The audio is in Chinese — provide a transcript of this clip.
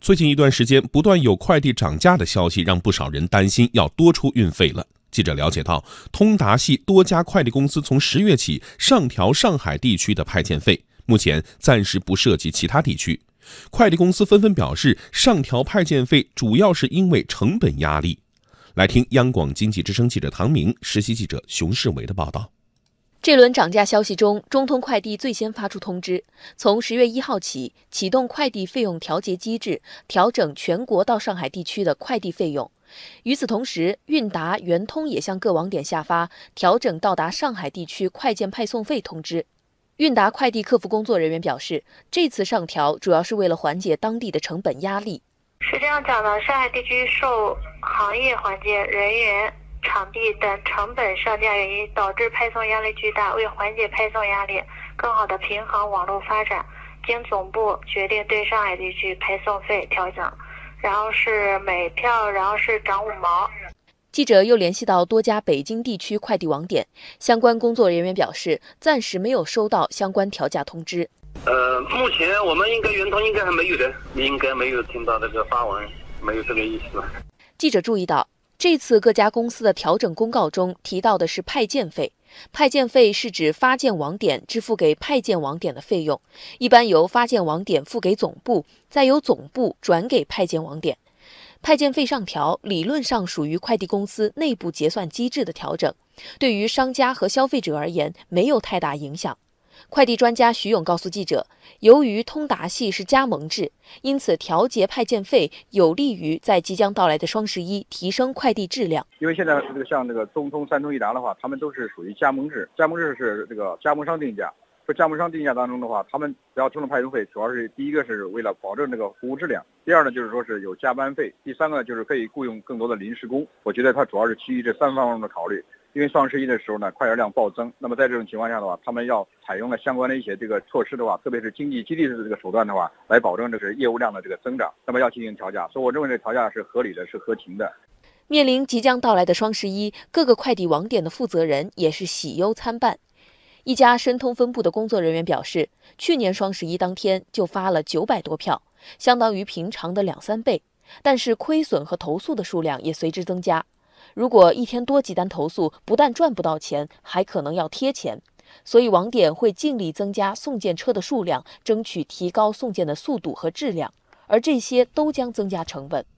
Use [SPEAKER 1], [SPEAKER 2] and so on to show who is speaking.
[SPEAKER 1] 最近一段时间，不断有快递涨价的消息，让不少人担心要多出运费了。记者了解到，通达系多家快递公司从10月起上调上海地区的派件费，目前暂时不涉及其他地区。快递公司纷纷表示，上调派件费主要是因为成本压力。来听央广经济之声记者唐明、实习记者熊世伟的报道。
[SPEAKER 2] 这轮涨价消息中，中通快递最先发出通知，从10月1号起启动快递费用调节机制，调整全国到上海地区的快递费用。与此同时，韵达、圆通也向各网点下发调整到达上海地区快件派送费通知。韵达快递客服工作人员表示，这次上调主要是为了缓解当地的成本压力。
[SPEAKER 3] 是这样讲的，上海地区受行业环境、人员、场地等成本上架原因，导致派送压力巨大。为缓解派送压力，更好地平衡网络发展，经总部决定对上海地区派送费调整，然后是每票是涨5毛。
[SPEAKER 2] 记者又联系到多家北京地区快递网点，相关工作人员表示，暂时没有收到相关调价通知。
[SPEAKER 4] 目前我们圆通应该还没有的，应该没有听到这个发文，没有这个意思。
[SPEAKER 2] 记者注意到，这次各家公司的调整公告中提到的是派件费。派件费是指发件网点支付给派件网点的费用，一般由发件网点付给总部，再由总部转给派件网点。派件费上调理论上属于快递公司内部结算机制的调整，对于商家和消费者而言没有太大影响。快递专家徐勇告诉记者，由于通达系是加盟制，因此调节派件费有利于在即将到来的双11提升快递质量。
[SPEAKER 5] 因为现在像中通、三通、一达的话，他们都是属于加盟制，加盟制是这个加盟商定价。说加盟商定价当中的话，他们只要收的派送费，主要是第一个是为了保证这个服务质量，第二呢就是说是有加班费，第三个呢就是可以雇佣更多的临时工。我觉得它主要是基于这3方面的考虑。因为双11的时候呢，快件量暴增，那么在这种情况下的话，他们要采用了相关的一些这个措施的话，特别是经济激励的这个手段的话，来保证这个业务量的这个增长，那么要进行调价。所以我认为这调价是合理的，是合情的。
[SPEAKER 2] 面临即将到来的双11，各个快递网点的负责人也是喜忧参半。一家申通分部的工作人员表示，去年双11当天就发了900多票，相当于平常的2-3倍，但是亏损和投诉的数量也随之增加。如果一天多几单投诉，不但赚不到钱，还可能要贴钱。所以网点会尽力增加送件车的数量，争取提高送件的速度和质量，而这些都将增加成本。